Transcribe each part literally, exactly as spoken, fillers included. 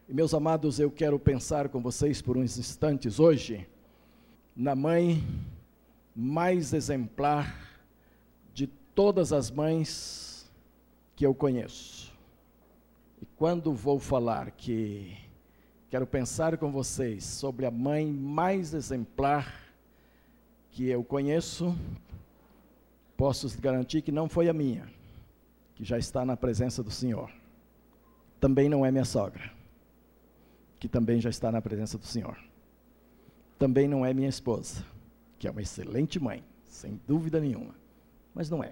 E, meus amados, eu quero pensar com vocês por uns instantes hoje na mãe mais exemplar de todas as mães que eu conheço. E quando vou falar que quero pensar com vocês sobre a mãe mais exemplar que eu conheço, posso garantir que não foi a minha, que já está na presença do Senhor. Também não é minha sogra, que também já está na presença do Senhor. Também não é minha esposa, que é uma excelente mãe, sem dúvida nenhuma, mas não é.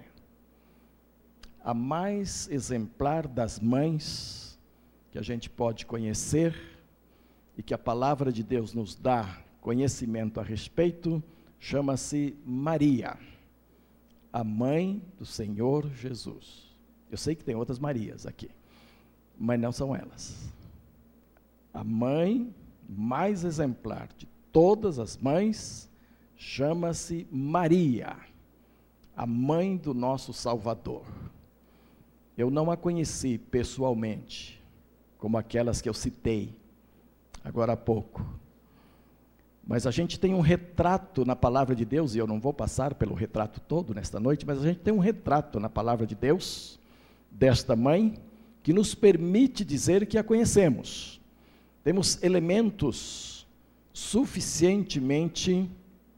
A mais exemplar das mães que a gente pode conhecer e que a palavra de Deus nos dá conhecimento a respeito, chama-se Maria, a mãe do Senhor Jesus. Eu sei que tem outras Marias aqui, mas não são elas. A mãe mais exemplar de todas as mães chama-se Maria, a mãe do nosso Salvador. Eu não a conheci pessoalmente, como aquelas que eu citei agora há pouco. Mas a gente tem um retrato na palavra de Deus, e eu não vou passar pelo retrato todo nesta noite, mas a gente tem um retrato na palavra de Deus, desta mãe, que nos permite dizer que a conhecemos. Temos elementos suficientemente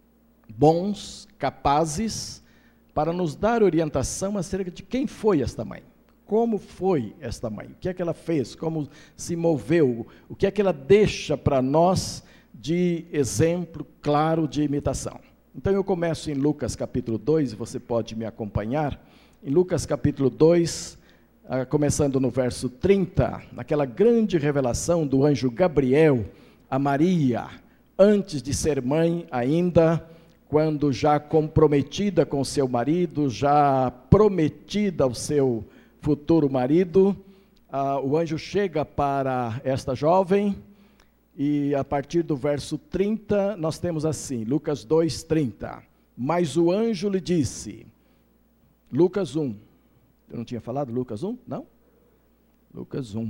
bons, capazes, para nos dar orientação acerca de quem foi esta mãe. Como foi esta mãe? O que é que ela fez? Como se moveu? O que é que ela deixa para nós de exemplo claro de imitação? Então eu começo em Lucas capítulo dois, e você pode me acompanhar. Em Lucas capítulo dois, ah, começando no verso trinta, naquela grande revelação do anjo Gabriel a Maria, antes de ser mãe ainda, quando já comprometida com seu marido, já prometida ao seu futuro marido, ah, o anjo chega para esta jovem, e a partir do verso trinta, nós temos assim, Lucas dois, trinta. Mas o anjo lhe disse, Lucas um, eu não tinha falado Lucas um? Não? Lucas um,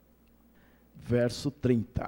verso trinta.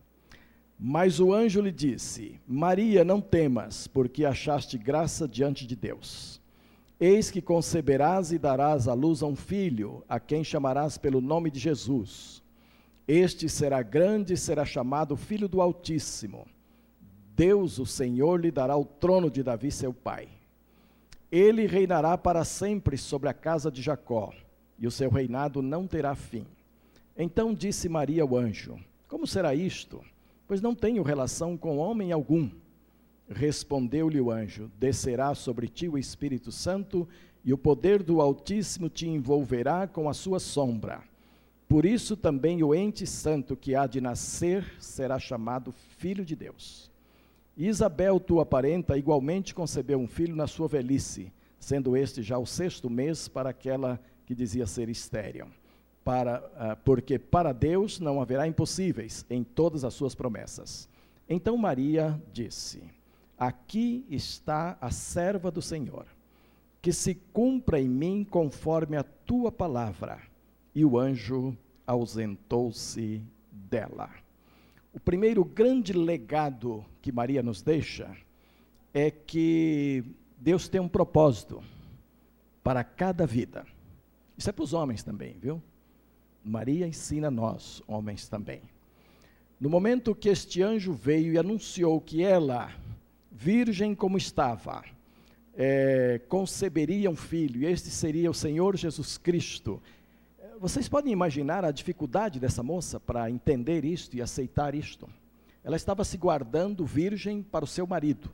Mas o anjo lhe disse, Maria, não temas, porque achaste graça diante de Deus. Eis que conceberás e darás à luz a um filho, a quem chamarás pelo nome de Jesus. Este será grande e será chamado Filho do Altíssimo. Deus, o Senhor, lhe dará o trono de Davi, seu pai. Ele reinará para sempre sobre a casa de Jacó, e o seu reinado não terá fim. Então disse Maria ao anjo, como será isto? Pois não tenho relação com homem algum. Respondeu-lhe o anjo, descerá sobre ti o Espírito Santo, e o poder do Altíssimo te envolverá com a sua sombra. Por isso também o ente santo que há de nascer será chamado Filho de Deus. Isabel, tua parenta, igualmente concebeu um filho na sua velhice, sendo este já o sexto mês para aquela que dizia ser estéril. Para, uh, porque para Deus não haverá impossíveis em todas as suas promessas. Então Maria disse, aqui está a serva do Senhor, que se cumpra em mim conforme a tua palavra. E o anjo ausentou-se dela. O primeiro grande legado que Maria nos deixa é que Deus tem um propósito para cada vida. Isso é para os homens também, viu? Maria ensina nós, homens também. No momento que este anjo veio e anunciou que ela, virgem como estava, é, conceberia um filho, e este seria o Senhor Jesus Cristo. Vocês podem imaginar a dificuldade dessa moça para entender isto e aceitar isto? Ela estava se guardando virgem para o seu marido.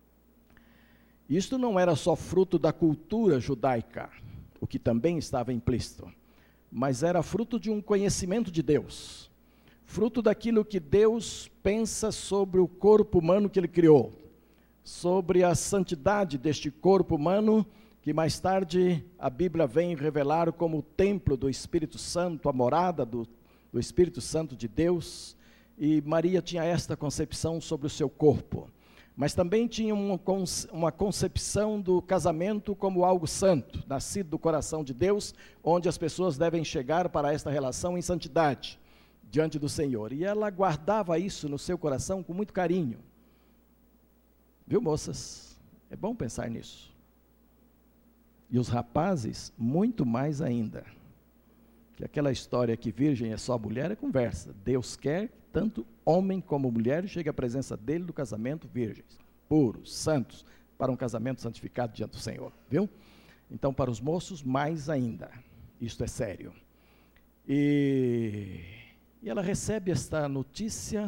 Isto não era só fruto da cultura judaica, o que também estava implícito, mas era fruto de um conhecimento de Deus, fruto daquilo que Deus pensa sobre o corpo humano que Ele criou, sobre a santidade deste corpo humano, que mais tarde a Bíblia vem revelar como o templo do Espírito Santo, a morada do, do Espírito Santo de Deus, e Maria tinha esta concepção sobre o seu corpo, mas também tinha uma, uma concepção do casamento como algo santo, nascido do coração de Deus, onde as pessoas devem chegar para esta relação em santidade. diante do Senhor. E ela guardava isso no seu coração com muito carinho. Viu, moças? É bom pensar nisso. E os rapazes, muito mais ainda. Que aquela história que virgem é só mulher é conversa. Deus quer que tanto homem como mulher chegue à presença dele do casamento virgens, puros, santos, para um casamento santificado diante do Senhor. Viu? Então, para os moços, mais ainda. Isto é sério. E, e ela recebe esta notícia,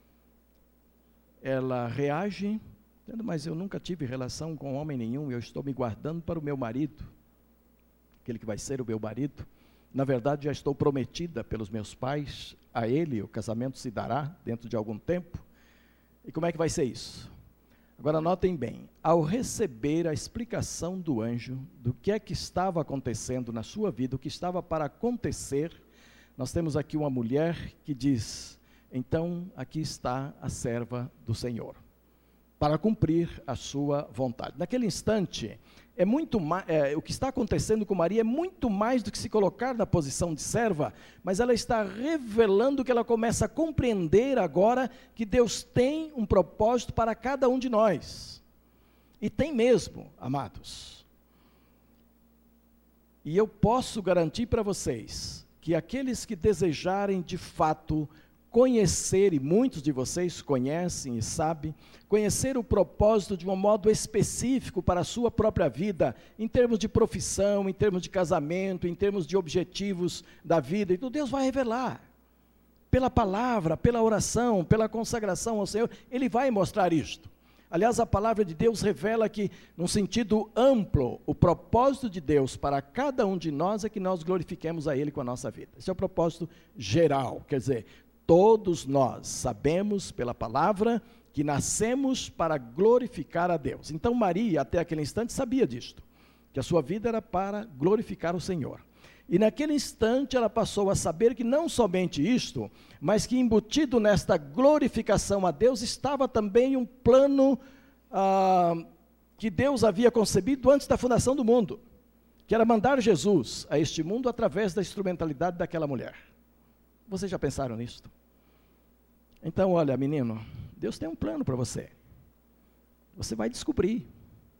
ela reage, dizendo, mas eu nunca tive relação com homem nenhum, eu estou me guardando para o meu marido, aquele que vai ser o meu marido. Na verdade, já estou prometida pelos meus pais a ele, o casamento se dará dentro de algum tempo. E como é que vai ser isso? Agora, notem bem, ao receber a explicação do anjo, do que é que estava acontecendo na sua vida, o que estava para acontecer, nós temos aqui uma mulher que diz, então, aqui está a serva do Senhor, para cumprir a sua vontade. Naquele instante, é muito mais, é, o que está acontecendo com Maria é muito mais do que se colocar na posição de serva, mas ela está revelando que ela começa a compreender agora que Deus tem um propósito para cada um de nós. E tem mesmo, amados. E eu posso garantir para vocês que aqueles que desejarem de fato conhecer, e muitos de vocês conhecem e sabem, conhecer o propósito de um modo específico para a sua própria vida, em termos de profissão, em termos de casamento, em termos de objetivos da vida, então Deus vai revelar, pela palavra, pela oração, pela consagração ao Senhor, Ele vai mostrar isto. Aliás, a palavra de Deus revela que, num sentido amplo, o propósito de Deus para cada um de nós é que nós glorifiquemos a Ele com a nossa vida. Esse é o propósito geral, quer dizer, todos nós sabemos pela palavra que nascemos para glorificar a Deus. Então Maria, até aquele instante, sabia disto, que a sua vida era para glorificar o Senhor. E naquele instante ela passou a saber que não somente isto, mas que embutido nesta glorificação a Deus estava também um plano ah, que Deus havia concebido antes da fundação do mundo, que era mandar Jesus a este mundo através da instrumentalidade daquela mulher. Vocês já pensaram nisto? Então, olha, menino, Deus tem um plano para você. Você vai descobrir.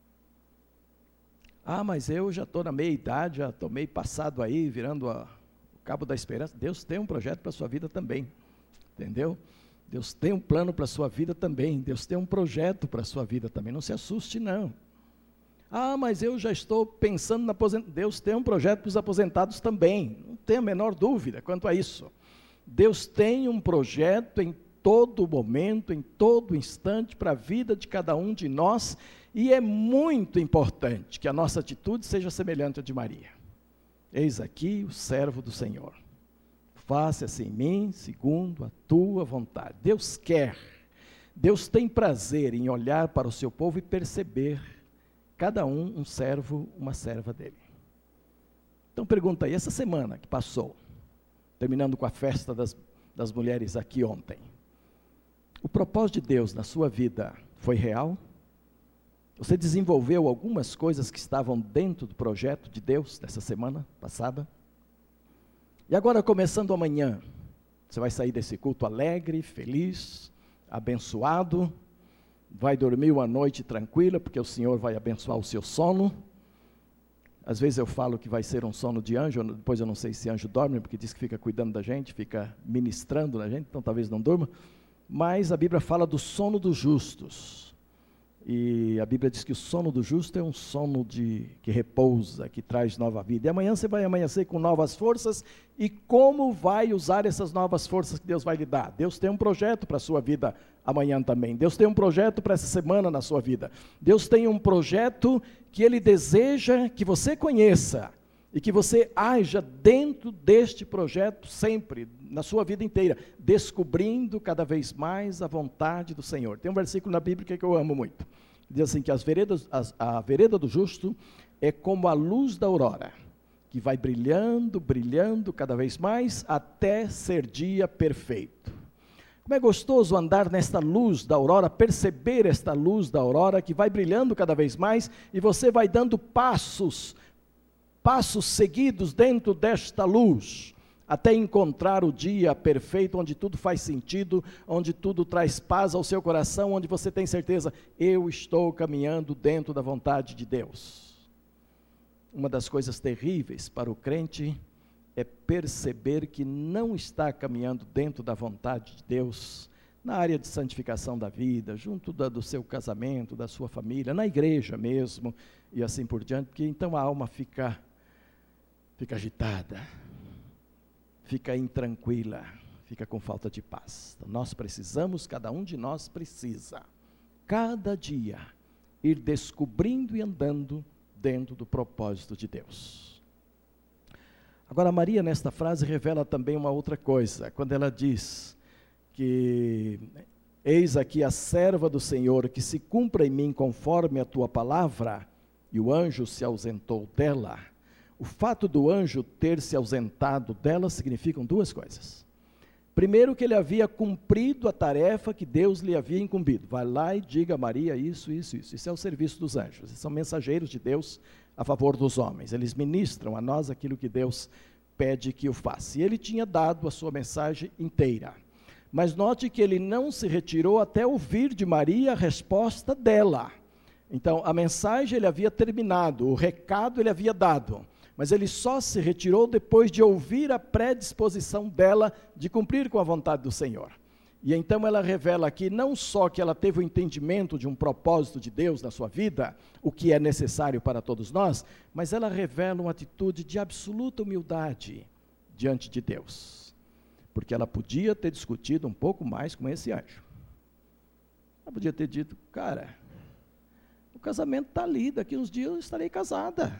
Ah, mas eu já estou na meia idade, já estou meio passado aí, virando a, o cabo da esperança. Deus tem um projeto para a sua vida também, entendeu? Deus tem um plano para a sua vida também, Deus tem um projeto para a sua vida também, não se assuste não. Ah, mas eu já estou pensando na aposentadoria. Deus tem um projeto para os aposentados também, não tem a menor dúvida quanto a isso. Deus tem um projeto em todo momento, em todo instante, para a vida de cada um de nós, e é muito importante que a nossa atitude seja semelhante à de Maria. Eis aqui o servo do Senhor, faça-se em mim segundo a tua vontade. Deus quer, Deus tem prazer em olhar para o seu povo e perceber cada um um servo, uma serva dele. Então pergunta aí, essa semana que passou, terminando com a festa das, das mulheres aqui ontem, o propósito de Deus na sua vida foi real? Você desenvolveu algumas coisas que estavam dentro do projeto de Deus nessa semana passada? E agora, começando amanhã, você vai sair desse culto alegre, feliz, abençoado, vai dormir uma noite tranquila, porque o Senhor vai abençoar o seu sono. Às vezes eu falo que vai ser um sono de anjo, depois eu não sei se anjo dorme, porque diz que fica cuidando da gente, fica ministrando na gente, então talvez não durma. Mas a Bíblia fala do sono dos justos. E a Bíblia diz que o sono do justo é um sono de, que repousa, que traz nova vida. E amanhã você vai amanhecer com novas forças. E como vai usar essas novas forças que Deus vai lhe dar? Deus tem um projeto para a sua vida amanhã também. Deus tem um projeto para essa semana na sua vida. Deus tem um projeto que Ele deseja que você conheça. E que você haja dentro deste projeto sempre, na sua vida inteira, descobrindo cada vez mais a vontade do Senhor. Tem um versículo na Bíblia que eu amo muito. Diz assim que as veredas, as, a vereda do justo é como a luz da aurora, que vai brilhando, brilhando cada vez mais, até ser dia perfeito. Como é gostoso andar nesta luz da aurora, perceber esta luz da aurora, que vai brilhando cada vez mais, e você vai dando passos, passos seguidos dentro desta luz, até encontrar o dia perfeito, onde tudo faz sentido, onde tudo traz paz ao seu coração, onde você tem certeza, eu estou caminhando dentro da vontade de Deus. Uma das coisas terríveis para o crente é perceber que não está caminhando dentro da vontade de Deus, na área de santificação da vida, junto da, do seu casamento, da sua família, na igreja mesmo, e assim por diante, porque então a alma fica, fica agitada, fica intranquila, fica com falta de paz. Então nós precisamos, cada um de nós precisa, cada dia, ir descobrindo e andando dentro do propósito de Deus. Agora, Maria, nesta frase, revela também uma outra coisa, quando ela diz que, eis aqui a serva do Senhor, que se cumpra em mim conforme a tua palavra, e o anjo se ausentou dela. O fato do anjo ter se ausentado dela significam duas coisas. Primeiro, que ele havia cumprido a tarefa que Deus lhe havia incumbido. Vai lá e diga a Maria isso, isso, isso. Isso é o serviço dos anjos. Eles são mensageiros de Deus a favor dos homens. Eles ministram a nós aquilo que Deus pede que o faça. E ele tinha dado a sua mensagem inteira. Mas note que ele não se retirou até ouvir de Maria a resposta dela. Então, a mensagem ele havia terminado, o recado ele havia dado, mas ele só se retirou depois de ouvir a predisposição dela de cumprir com a vontade do Senhor. E então ela revela aqui não só que ela teve o entendimento de um propósito de Deus na sua vida, o que é necessário para todos nós, mas ela revela uma atitude de absoluta humildade diante de Deus. Porque ela podia ter discutido um pouco mais com esse anjo. Ela podia ter dito, cara, o casamento está ali, daqui uns dias eu estarei casada.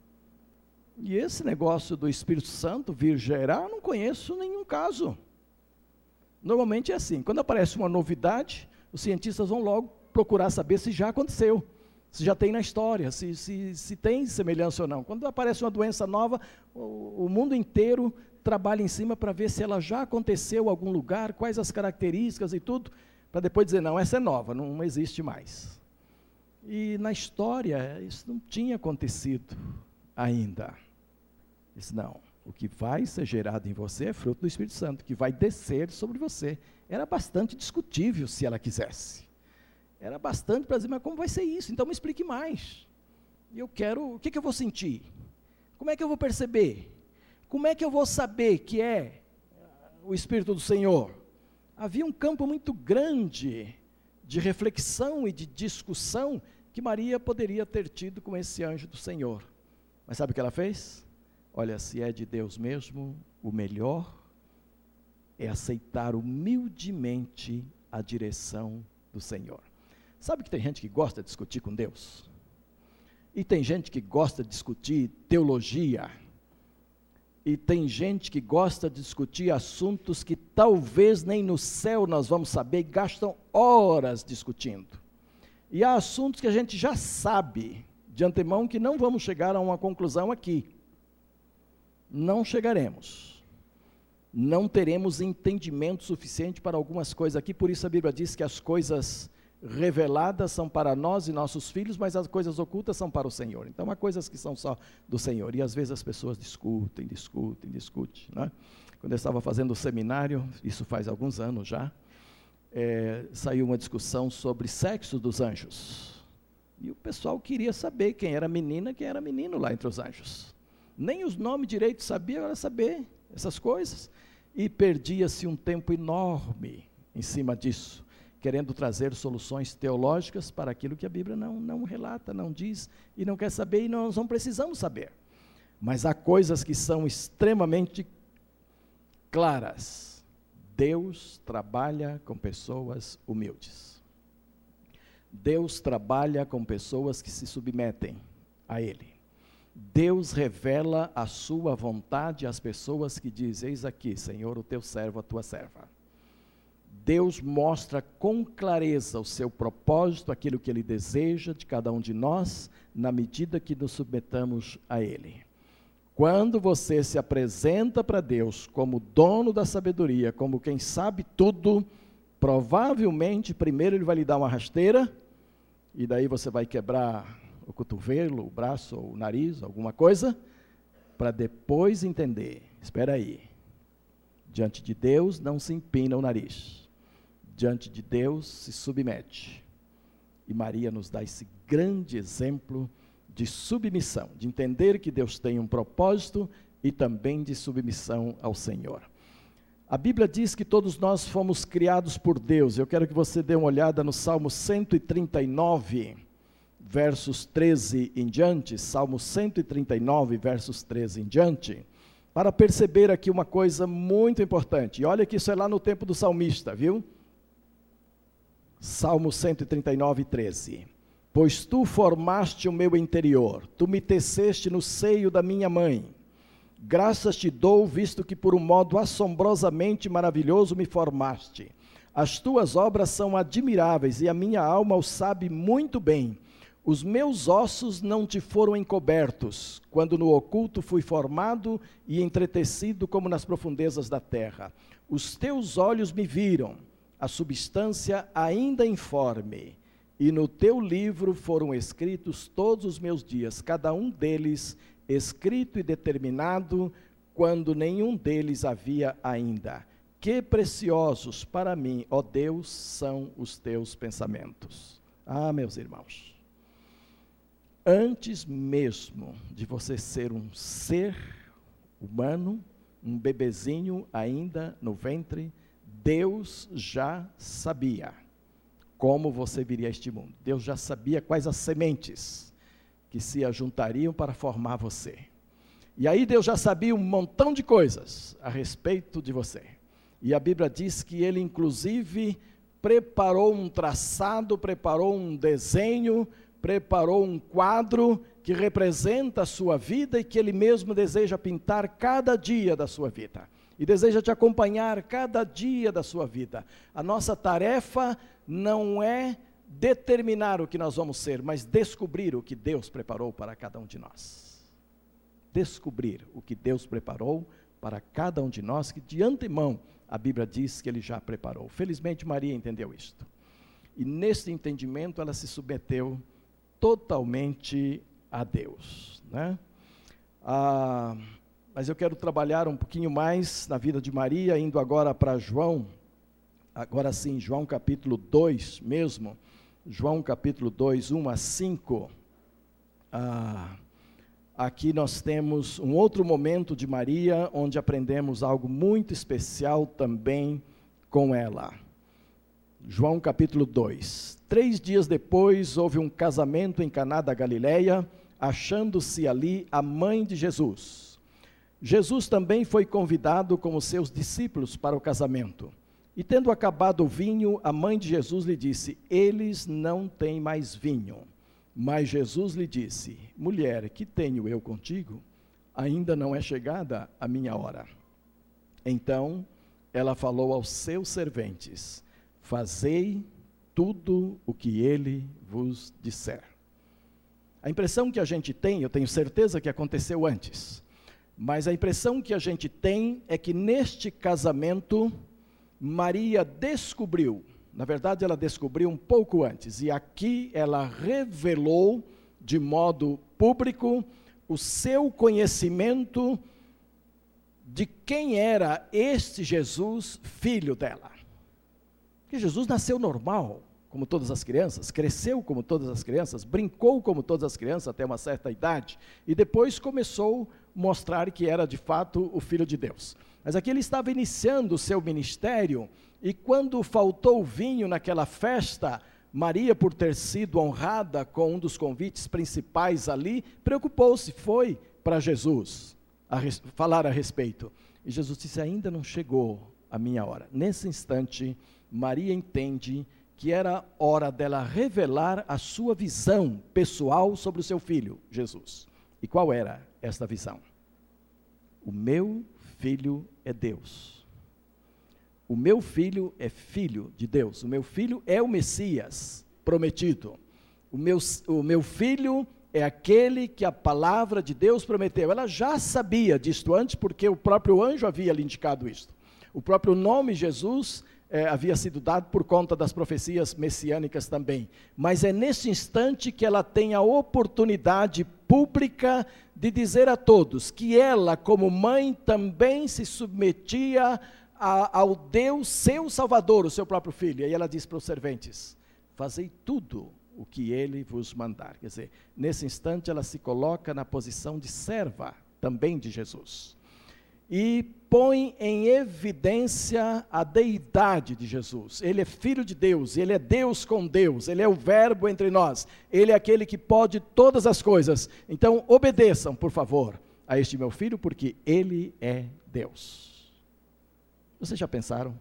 E esse negócio do Espírito Santo vir gerar, eu não conheço nenhum caso. Normalmente é assim, quando aparece uma novidade, os cientistas vão logo procurar saber se já aconteceu, se já tem na história, se, se, se tem semelhança ou não. Quando aparece uma doença nova, o, o mundo inteiro trabalha em cima para ver se ela já aconteceu em algum lugar, quais as características e tudo, para depois dizer, não, essa é nova, não existe mais. E na história, isso não tinha acontecido ainda. Diz, não, o que vai ser gerado em você é fruto do Espírito Santo, que vai descer sobre você. Era bastante discutível se ela quisesse. Era bastante para dizer, mas como vai ser isso? Então me explique mais. E eu quero, o que, que eu vou sentir? Como é que eu vou perceber? Como é que eu vou saber que é o Espírito do Senhor? Havia um campo muito grande de reflexão e de discussão que Maria poderia ter tido com esse anjo do Senhor. Mas sabe o que ela fez? Olha, se é de Deus mesmo, o melhor é aceitar humildemente a direção do Senhor. Sabe que tem gente que gosta de discutir com Deus? E tem gente que gosta de discutir teologia. E tem gente que gosta de discutir assuntos que talvez nem no céu nós vamos saber, e gastam horas discutindo. E há assuntos que a gente já sabe de antemão que não vamos chegar a uma conclusão aqui. Não chegaremos. Não teremos entendimento suficiente para algumas coisas aqui, por isso a Bíblia diz que as coisas reveladas são para nós e nossos filhos, mas as coisas ocultas são para o Senhor. Então há coisas que são só do Senhor, e às vezes as pessoas discutem, discutem, discutem, né? Quando eu estava fazendo o seminário, isso faz alguns anos já, é, saiu uma discussão sobre sexo dos anjos, e o pessoal queria saber quem era menina e quem era menino lá entre os anjos. Nem os nomes direitos sabia, era saber essas coisas, e perdia-se um tempo enorme em cima disso, querendo trazer soluções teológicas para aquilo que a Bíblia não, não relata, não diz, e não quer saber, e nós não precisamos saber. Mas há coisas que são extremamente claras. Deus trabalha com pessoas humildes. Deus trabalha com pessoas que se submetem a Ele. Deus revela a sua vontade às pessoas que dizem, eis aqui, Senhor, o teu servo, a tua serva. Deus mostra com clareza o seu propósito, aquilo que Ele deseja de cada um de nós, na medida que nos submetamos a Ele. Quando você se apresenta para Deus como dono da sabedoria, como quem sabe tudo, provavelmente primeiro Ele vai lhe dar uma rasteira, e daí você vai quebrar o cotovelo, o braço, ou o nariz, alguma coisa, para depois entender, espera aí, Diante de Deus não se empina o nariz. Diante de Deus se submete. E Maria nos dá esse grande exemplo de submissão, de entender que Deus tem um propósito e também de submissão ao Senhor. A Bíblia diz que todos nós fomos criados por Deus. Eu quero que você dê uma olhada no Salmo cento e trinta e nove, versos treze em diante, Salmo cento e trinta e nove, versos treze em diante, para perceber aqui uma coisa muito importante. E olha que isso é lá no tempo do salmista, viu? Salmo cento e trinta e nove, treze. Pois tu formaste o meu interior, tu me teceste no seio da minha mãe. Graças te dou, visto que por um modo assombrosamente maravilhoso me formaste. As tuas obras são admiráveis e a minha alma o sabe muito bem. Os meus ossos não te foram encobertos, quando no oculto fui formado e entretecido como nas profundezas da terra. Os teus olhos me viram, a substância ainda informe, e no teu livro foram escritos todos os meus dias, cada um deles escrito e determinado, quando nenhum deles havia ainda. Que preciosos para mim, ó Deus, são os teus pensamentos. Ah, meus irmãos, antes mesmo de você ser um ser humano, um bebezinho ainda no ventre, Deus já sabia como você viria a este mundo. Deus já sabia quais as sementes que se ajuntariam para formar você. E aí Deus já sabia um montão de coisas a respeito de você. E a Bíblia diz que Ele inclusive preparou um traçado, preparou um desenho, preparou um quadro que representa a sua vida e que Ele mesmo deseja pintar cada dia da sua vida. E deseja te acompanhar cada dia da sua vida. A nossa tarefa não é determinar o que nós vamos ser, mas descobrir o que Deus preparou para cada um de nós. Descobrir o que Deus preparou para cada um de nós, que de antemão a Bíblia diz que Ele já preparou. Felizmente Maria entendeu isto. E nesse entendimento ela se submeteu totalmente a Deus, né? Ah, mas eu quero trabalhar um pouquinho mais na vida de Maria, indo agora para João, agora sim, João capítulo dois mesmo, João capítulo dois, um a cinco, ah, aqui nós temos um outro momento de Maria, onde aprendemos algo muito especial também com ela. João capítulo dois, três dias depois houve um casamento em Caná da Galileia, achando-se ali a mãe de Jesus. Jesus também foi convidado com os seus discípulos para o casamento. E tendo acabado o vinho, a mãe de Jesus lhe disse: eles não têm mais vinho. Mas Jesus lhe disse: mulher, que tenho eu contigo? Ainda não é chegada a minha hora. Então ela falou aos seus serventes: fazei tudo o que ele vos disser. A impressão que a gente tem, eu tenho certeza que aconteceu antes, mas a impressão que a gente tem é que neste casamento, Maria descobriu, na verdade ela descobriu um pouco antes, e aqui ela revelou de modo público o seu conhecimento de quem era este Jesus, filho dela. Porque Jesus nasceu normal, como todas as crianças, cresceu como todas as crianças, brincou como todas as crianças até uma certa idade, e depois começou a mostrar que era de fato o Filho de Deus. Mas aqui ele estava iniciando o seu ministério, e quando faltou vinho naquela festa, Maria, por ter sido honrada com um dos convites principais ali, preocupou-se, foi para Jesus a res, falar a respeito. E Jesus disse: ainda não chegou a minha hora. Nesse instante, Maria entende que era hora dela revelar a sua visão pessoal sobre o seu filho, Jesus. E qual era esta visão? O meu filho é Deus. O meu filho é filho de Deus. O meu filho é o Messias prometido. O meu, o meu filho é aquele que a palavra de Deus prometeu. Ela já sabia disto antes, porque o próprio anjo havia lhe indicado isto. O próprio nome Jesus É, havia sido dado por conta das profecias messiânicas também, mas é nesse instante que ela tem a oportunidade pública de dizer a todos que ela, como mãe, também se submetia a, ao Deus, seu Salvador, o seu próprio Filho. E aí ela diz para os serventes, fazei tudo o que ele vos mandar. Quer dizer, nesse instante ela se coloca na posição de serva também de Jesus. E põe em evidência a deidade de Jesus. Ele é Filho de Deus, Ele é Deus com Deus, Ele é o Verbo entre nós, Ele é aquele que pode todas as coisas. Então, obedeçam, por favor, a este meu filho, porque Ele é Deus. Vocês já pensaram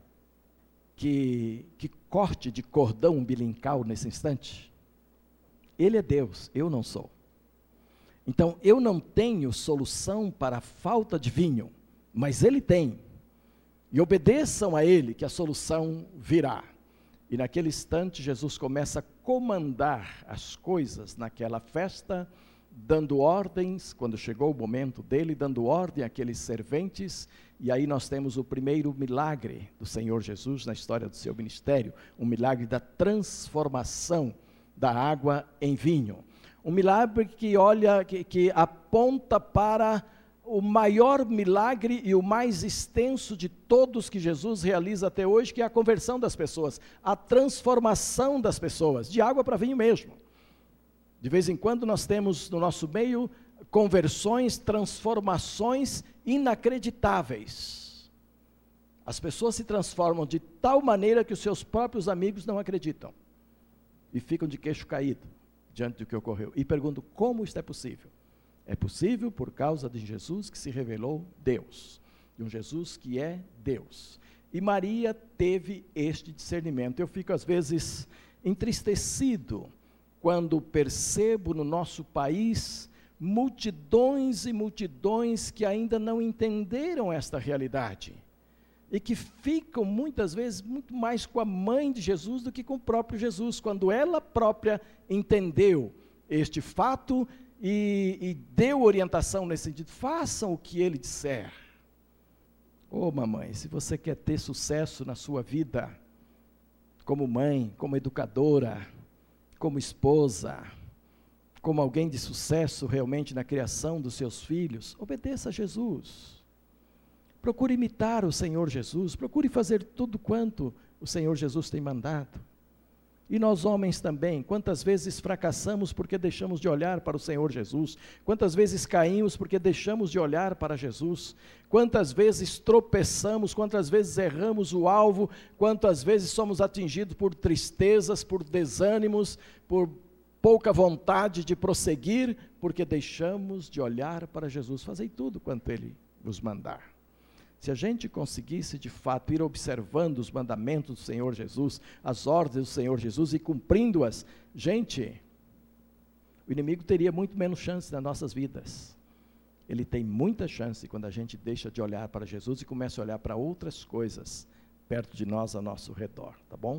que, que corte de cordão umbilical nesse instante? Ele é Deus, eu não sou. Então, eu não tenho solução para a falta de vinho, mas Ele tem. E obedeçam a Ele, que a solução virá. E naquele instante, Jesus começa a comandar as coisas naquela festa, dando ordens, quando chegou o momento dele, dando ordem àqueles serventes, e aí nós temos o primeiro milagre do Senhor Jesus na história do seu ministério, um milagre da transformação da água em vinho. Um milagre que olha, que, que aponta para o maior milagre e o mais extenso de todos que Jesus realiza até hoje, que é a conversão das pessoas, a transformação das pessoas, de água para vinho mesmo. De vez em quando nós temos no nosso meio conversões, transformações inacreditáveis. As pessoas se transformam de tal maneira que os seus próprios amigos não acreditam. E ficam de queixo caído diante do que ocorreu. E perguntam, como isto é possível? É possível por causa de Jesus que se revelou Deus. De um Jesus que é Deus. E Maria teve este discernimento. Eu fico às vezes entristecido quando percebo no nosso país multidões e multidões que ainda não entenderam esta realidade. E que ficam muitas vezes muito mais com a mãe de Jesus do que com o próprio Jesus, quando ela própria entendeu este fato e, e deu orientação nesse sentido. Façam o que ele disser. Ô mamãe, se você quer ter sucesso na sua vida, como mãe, como educadora, como esposa, como alguém de sucesso realmente na criação dos seus filhos, obedeça a Jesus. Procure imitar o Senhor Jesus, procure fazer tudo quanto o Senhor Jesus tem mandado. E nós homens também, quantas vezes fracassamos porque deixamos de olhar para o Senhor Jesus, quantas vezes caímos porque deixamos de olhar para Jesus, quantas vezes tropeçamos, quantas vezes erramos o alvo, quantas vezes somos atingidos por tristezas, por desânimos, por pouca vontade de prosseguir, porque deixamos de olhar para Jesus. Fazei tudo quanto Ele vos mandar. Se a gente conseguisse de fato ir observando os mandamentos do Senhor Jesus, as ordens do Senhor Jesus e cumprindo-as, gente, o inimigo teria muito menos chance nas nossas vidas. Ele tem muita chance quando a gente deixa de olhar para Jesus e começa a olhar para outras coisas perto de nós, ao nosso redor, tá bom?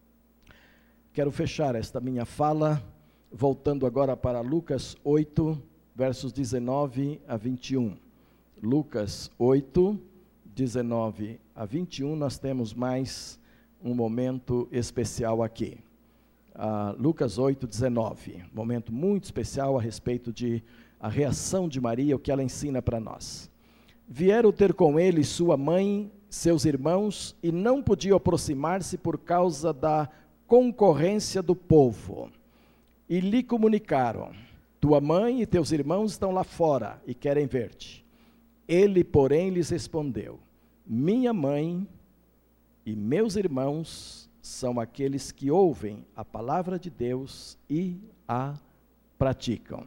Quero fechar esta minha fala, voltando agora para Lucas oito, versos dezenove a vinte e um. Lucas oito, dezenove a vinte e um, nós temos mais um momento especial aqui. Uh, Lucas oito, dezenove, momento muito especial a respeito de a reação de Maria, o que ela ensina para nós. Vieram ter com ele sua mãe, seus irmãos, e não podiam aproximar-se por causa da concorrência do povo. E lhe comunicaram, tua mãe e teus irmãos estão lá fora e querem ver-te. Ele, porém, lhes respondeu, minha mãe e meus irmãos são aqueles que ouvem a palavra de Deus e a praticam.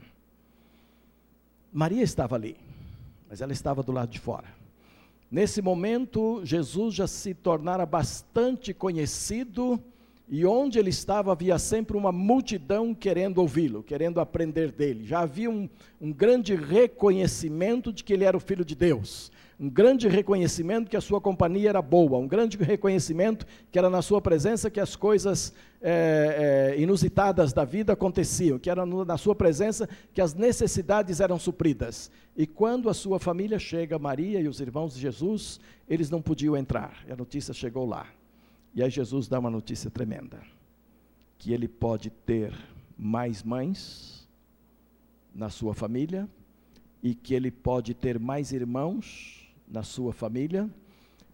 Maria estava ali, mas ela estava do lado de fora. Nesse momento, Jesus já se tornara bastante conhecido, e onde ele estava havia sempre uma multidão querendo ouvi-lo, querendo aprender dele. Já havia um, um grande reconhecimento de que ele era o Filho de Deus, um grande reconhecimento que a sua companhia era boa, um grande reconhecimento que era na sua presença que as coisas é, é, inusitadas da vida aconteciam, que era no, na sua presença que as necessidades eram supridas. E quando a sua família chega, Maria e os irmãos de Jesus, eles não podiam entrar, e a notícia chegou lá. E aí Jesus dá uma notícia tremenda, que ele pode ter mais mães na sua família, e que ele pode ter mais irmãos na sua família,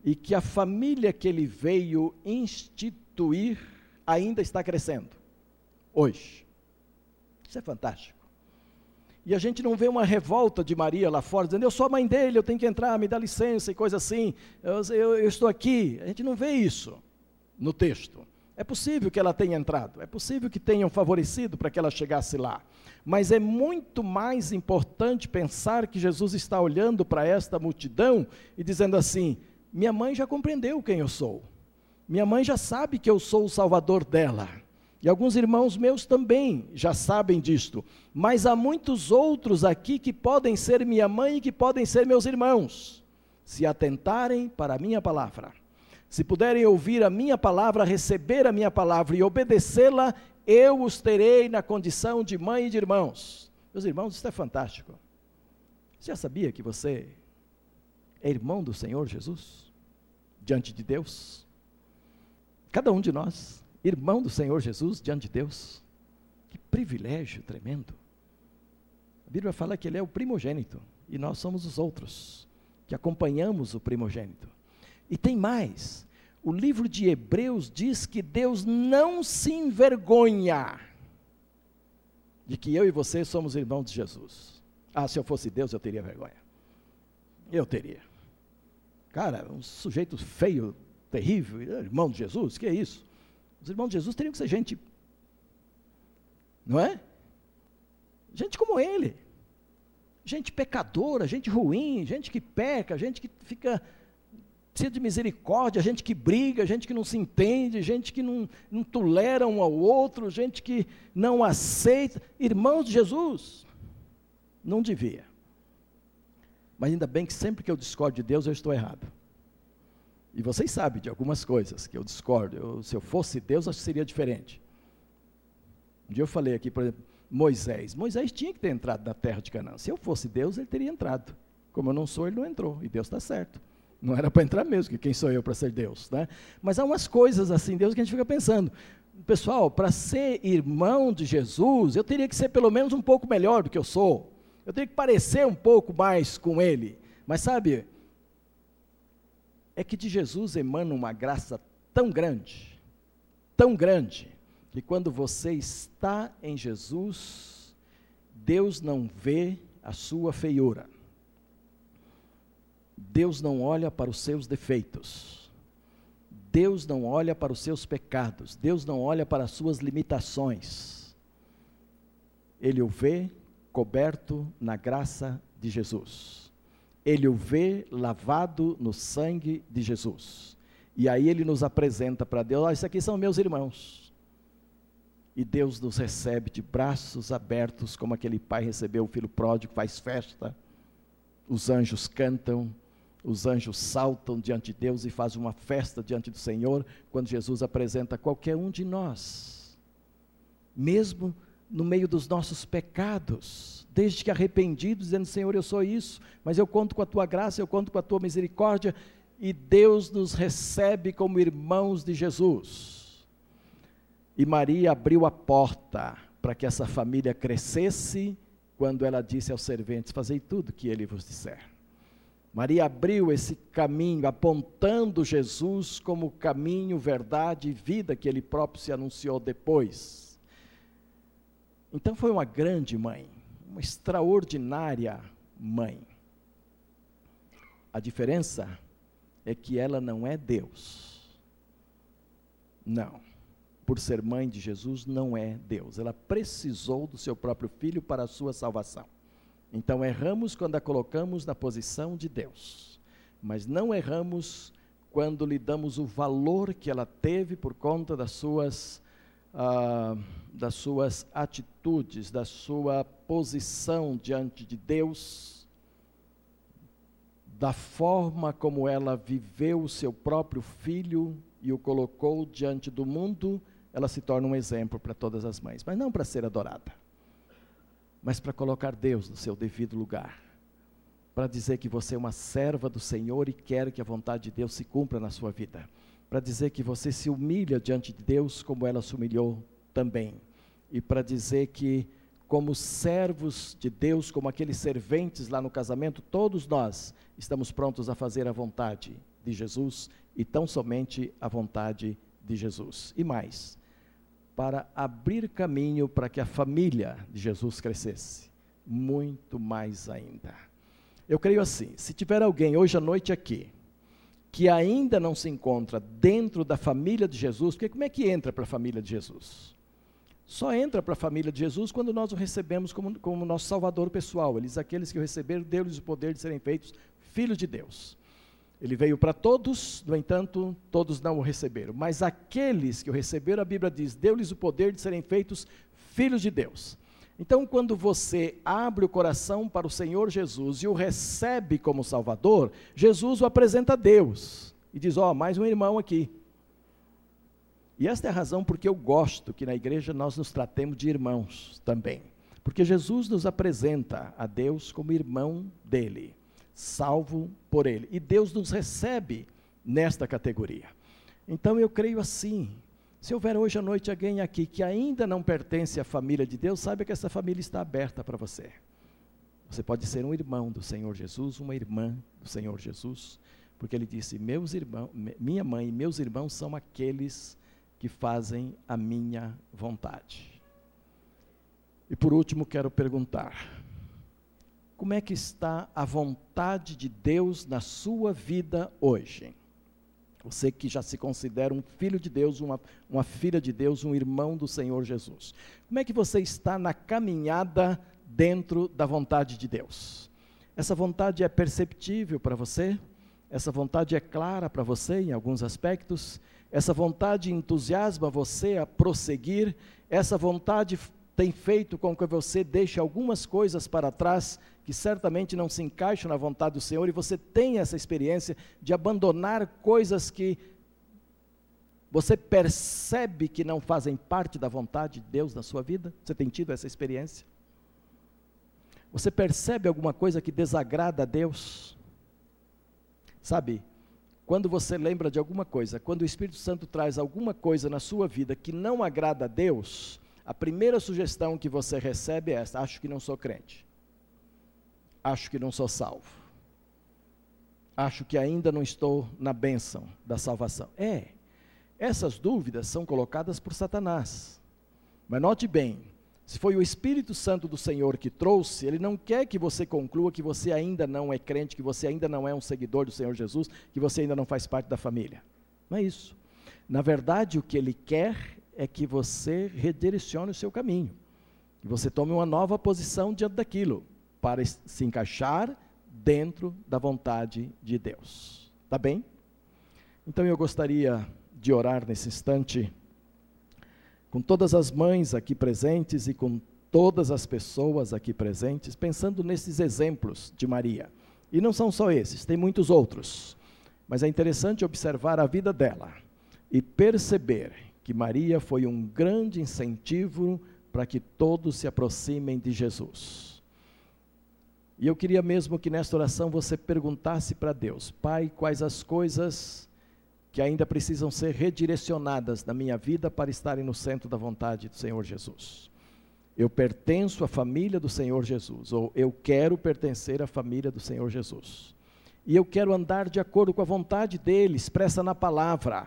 e que a família que ele veio instituir ainda está crescendo, hoje. Isso é fantástico. E a gente não vê uma revolta de Maria lá fora, dizendo, eu sou a mãe dele, eu tenho que entrar, me dá licença e coisa assim, eu, eu, eu estou aqui. A gente não vê isso no texto. É possível que ela tenha entrado, é possível que tenham favorecido para que ela chegasse lá, mas é muito mais importante pensar que Jesus está olhando para esta multidão e dizendo assim, minha mãe já compreendeu quem eu sou, minha mãe já sabe que eu sou o salvador dela, e alguns irmãos meus também já sabem disto, mas há muitos outros aqui que podem ser minha mãe e que podem ser meus irmãos, se atentarem para a minha palavra. Se puderem ouvir a minha palavra, receber a minha palavra e obedecê-la, eu os terei na condição de mãe e de irmãos. Meus irmãos, isso é fantástico. Você já sabia que você é irmão do Senhor Jesus? Diante de Deus? Cada um de nós, irmão do Senhor Jesus diante de Deus. Que privilégio tremendo. A Bíblia fala que ele é o primogênito, e nós somos os outros, que acompanhamos o primogênito. E tem mais, o livro de Hebreus diz que Deus não se envergonha de que eu e você somos irmãos de Jesus. Ah, se eu fosse Deus eu teria vergonha. Eu teria. Cara, um sujeito feio, terrível, irmão de Jesus, que é isso? Os irmãos de Jesus teriam que ser gente, não é? Gente como ele. Gente pecadora, gente ruim, gente que peca, gente que fica... precisa de misericórdia, gente que briga, gente que não se entende, gente que não, não tolera um ao outro, gente que não aceita. Irmãos de Jesus, não devia. Mas ainda bem que sempre que eu discordo de Deus, eu estou errado. E vocês sabem de algumas coisas que eu discordo. Eu, se eu fosse Deus, acho que seria diferente. Um dia eu falei aqui, por exemplo, Moisés. Moisés tinha que ter entrado na terra de Canaã. Se eu fosse Deus, ele teria entrado. Como eu não sou, ele não entrou. E Deus está certo. Não era para entrar mesmo, que quem sou eu para ser Deus, né? Mas há umas coisas assim, Deus, que a gente fica pensando, pessoal, para ser irmão de Jesus, eu teria que ser pelo menos um pouco melhor do que eu sou, eu teria que parecer um pouco mais com ele, mas sabe, é que de Jesus emana uma graça tão grande, tão grande, que quando você está em Jesus, Deus não vê a sua feiura. Deus não olha para os seus defeitos, Deus não olha para os seus pecados, Deus não olha para as suas limitações, Ele o vê coberto na graça de Jesus, Ele o vê lavado no sangue de Jesus, e aí Ele nos apresenta para Deus, oh, isso aqui são meus irmãos, e Deus nos recebe de braços abertos, como aquele pai recebeu o filho pródigo, faz festa, os anjos cantam, os anjos saltam diante de Deus e fazem uma festa diante do Senhor, quando Jesus apresenta qualquer um de nós, mesmo no meio dos nossos pecados, desde que arrependidos, dizendo, Senhor, eu sou isso, mas eu conto com a Tua graça, eu conto com a Tua misericórdia, e Deus nos recebe como irmãos de Jesus. E Maria abriu a porta para que essa família crescesse, quando ela disse aos serventes, fazei tudo que Ele vos disser. Maria abriu esse caminho, apontando Jesus como caminho, verdade e vida, que Ele próprio se anunciou depois. Então foi uma grande mãe, uma extraordinária mãe. A diferença é que ela não é Deus. Não. Por ser mãe de Jesus, não é Deus. Ela precisou do seu próprio filho para a sua salvação. Então erramos quando a colocamos na posição de Deus, mas não erramos quando lhe damos o valor que ela teve por conta das suas, ah, das suas atitudes, da sua posição diante de Deus, da forma como ela viveu o seu próprio filho e o colocou diante do mundo. Ela se torna um exemplo para todas as mães, mas não para ser adorada, mas para colocar Deus no seu devido lugar, para dizer que você é uma serva do Senhor e quer que a vontade de Deus se cumpra na sua vida, para dizer que você se humilha diante de Deus como ela se humilhou também, e para dizer que como servos de Deus, como aqueles serventes lá no casamento, todos nós estamos prontos a fazer a vontade de Jesus e tão somente a vontade de Jesus. E mais, para abrir caminho para que a família de Jesus crescesse, muito mais ainda. Eu creio assim, se tiver alguém hoje à noite aqui, que ainda não se encontra dentro da família de Jesus, porque como é que entra para a família de Jesus? Só entra para a família de Jesus quando nós o recebemos como, como nosso Salvador pessoal. Eles, aqueles que o receberam, deu-lhes o poder de serem feitos filhos de Deus. Ele veio para todos, no entanto, todos não o receberam. Mas aqueles que o receberam, a Bíblia diz, deu-lhes o poder de serem feitos filhos de Deus. Então, quando você abre o coração para o Senhor Jesus e o recebe como Salvador, Jesus o apresenta a Deus e diz, ó, oh, mais um irmão aqui. E esta é a razão porque eu gosto que na igreja nós nos tratemos de irmãos também. Porque Jesus nos apresenta a Deus como irmão dele, salvo por ele. E Deus nos recebe nesta categoria. Então eu creio assim, se houver hoje à noite alguém aqui que ainda não pertence à família de Deus, saiba que essa família está aberta para você. Você pode ser um irmão do Senhor Jesus, uma irmã do Senhor Jesus, porque ele disse, meus irmãos, minha mãe e meus irmãos são aqueles que fazem a minha vontade. E por último quero perguntar, como é que está a vontade de Deus na sua vida hoje? Você que já se considera um filho de Deus, uma, uma filha de Deus, um irmão do Senhor Jesus. Como é que você está na caminhada dentro da vontade de Deus? Essa vontade é perceptível para você? Essa vontade é clara para você em alguns aspectos? Essa vontade entusiasma você a prosseguir? Essa vontade tem feito com que você deixe algumas coisas para trás que certamente não se encaixam na vontade do Senhor, e você tem essa experiência de abandonar coisas que você percebe que não fazem parte da vontade de Deus na sua vida? Você tem tido essa experiência? Você percebe alguma coisa que desagrada a Deus? Sabe, quando você lembra de alguma coisa, quando o Espírito Santo traz alguma coisa na sua vida que não agrada a Deus, a primeira sugestão que você recebe é essa: acho que não sou crente. Acho que não sou salvo. Acho que ainda não estou na bênção da salvação. É, essas dúvidas são colocadas por Satanás. Mas note bem, se foi o Espírito Santo do Senhor que trouxe, ele não quer que você conclua que você ainda não é crente, que você ainda não é um seguidor do Senhor Jesus, que você ainda não faz parte da família. Não é isso. Na verdade, o que ele quer é que você redirecione o seu caminho, que você tome uma nova posição diante daquilo, para se encaixar dentro da vontade de Deus. Tá bem? Então eu gostaria de orar nesse instante, com todas as mães aqui presentes e com todas as pessoas aqui presentes, pensando nesses exemplos de Maria. E não são só esses, tem muitos outros. Mas é interessante observar a vida dela e perceber que Maria foi um grande incentivo para que todos se aproximem de Jesus. E eu queria mesmo que nesta oração você perguntasse para Deus: Pai, quais as coisas que ainda precisam ser redirecionadas na minha vida para estarem no centro da vontade do Senhor Jesus? Eu pertenço à família do Senhor Jesus, ou eu quero pertencer à família do Senhor Jesus. E eu quero andar de acordo com a vontade dele, expressa na palavra.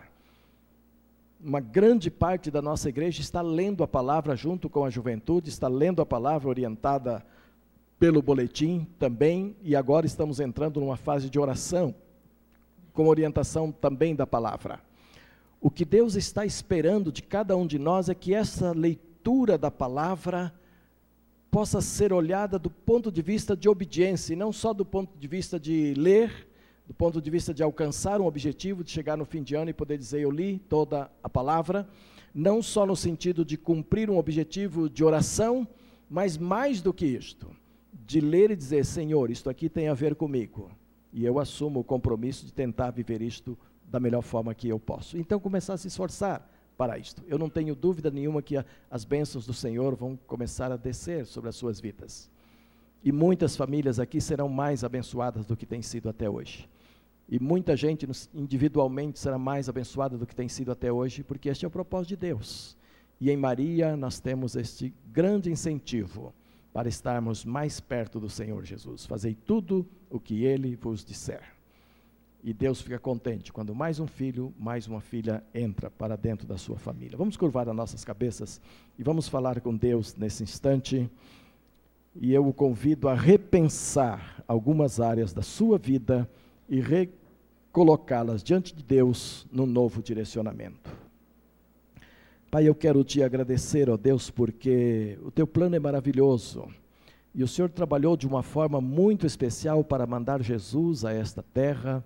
Uma grande parte da nossa igreja está lendo a palavra junto com a juventude, está lendo a palavra orientada pelo boletim também, e agora estamos entrando numa fase de oração, com orientação também da palavra. O que Deus está esperando de cada um de nós é que essa leitura da palavra possa ser olhada do ponto de vista de obediência, e não só do ponto de vista de ler, do ponto de vista de alcançar um objetivo, de chegar no fim de ano e poder dizer, eu li toda a palavra, não só no sentido de cumprir um objetivo de oração, mas mais do que isto, de ler e dizer, Senhor, isto aqui tem a ver comigo, e eu assumo o compromisso de tentar viver isto da melhor forma que eu posso. Então começar a se esforçar para isto. Eu não tenho dúvida nenhuma que a, as bênçãos do Senhor vão começar a descer sobre as suas vidas. E muitas famílias aqui serão mais abençoadas do que tem sido até hoje. E muita gente individualmente será mais abençoada do que tem sido até hoje, porque este é o propósito de Deus. E em Maria nós temos este grande incentivo para estarmos mais perto do Senhor Jesus. Fazei tudo o que Ele vos disser. E Deus fica contente quando mais um filho, mais uma filha entra para dentro da sua família. Vamos curvar as nossas cabeças e vamos falar com Deus nesse instante. E eu o convido a repensar algumas áreas da sua vida e recolocá-las diante de Deus num novo direcionamento. Pai, eu quero te agradecer, ó Deus, porque o teu plano é maravilhoso. E o Senhor trabalhou de uma forma muito especial para mandar Jesus a esta terra.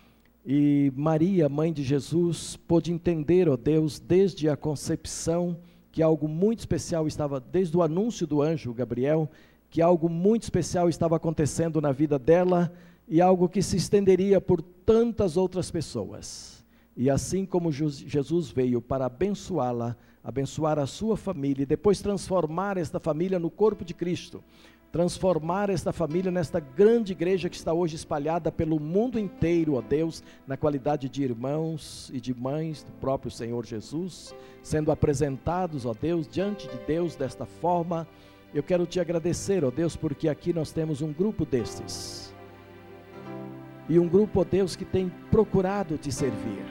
E Maria, mãe de Jesus, pôde entender, ó Deus, desde a concepção, que algo muito especial estava, desde o anúncio do anjo Gabriel, que algo muito especial estava acontecendo na vida dela, e algo que se estenderia por tantas outras pessoas. E assim como Jesus veio para abençoá-la, abençoar a sua família, e depois transformar esta família no corpo de Cristo, transformar esta família nesta grande igreja que está hoje espalhada pelo mundo inteiro, ó Deus, na qualidade de irmãos e de mães do próprio Senhor Jesus, sendo apresentados, ó Deus, diante de Deus desta forma. Eu quero te agradecer, ó Deus, porque aqui nós temos um grupo destes, e um grupo, ó Deus, que tem procurado te servir.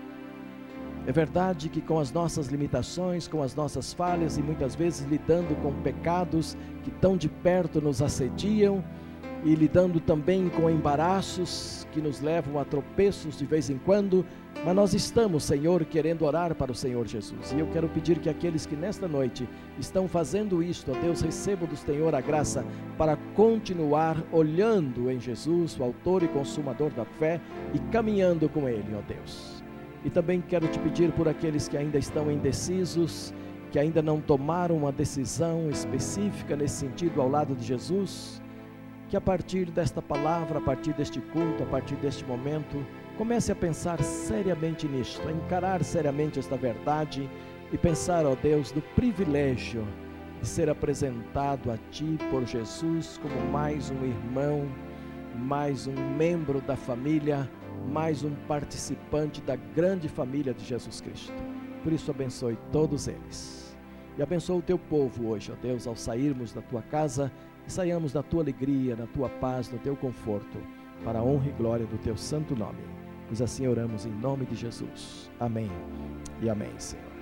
É verdade que com as nossas limitações, com as nossas falhas e muitas vezes lidando com pecados que tão de perto nos assediam e lidando também com embaraços que nos levam a tropeços de vez em quando, mas nós estamos, Senhor, querendo orar para o Senhor Jesus. E eu quero pedir que aqueles que nesta noite estão fazendo isto, ó Deus, recebam do Senhor a graça para continuar olhando em Jesus, o autor e consumador da fé, e caminhando com Ele, ó Deus. E também quero te pedir por aqueles que ainda estão indecisos, que ainda não tomaram uma decisão específica nesse sentido ao lado de Jesus, que a partir desta palavra, a partir deste culto, a partir deste momento, comece a pensar seriamente nisto, a encarar seriamente esta verdade e pensar, ó Deus, no privilégio de ser apresentado a Ti por Jesus como mais um irmão, mais um membro da família, mais um participante da grande família de Jesus Cristo. Por isso abençoe todos eles. E abençoe o Teu povo hoje, ó Deus, ao sairmos da Tua casa, e saiamos da Tua alegria, da Tua paz, do Teu conforto, para a honra e glória do Teu santo nome. Pois assim oramos em nome de Jesus. Amém e amém, Senhor.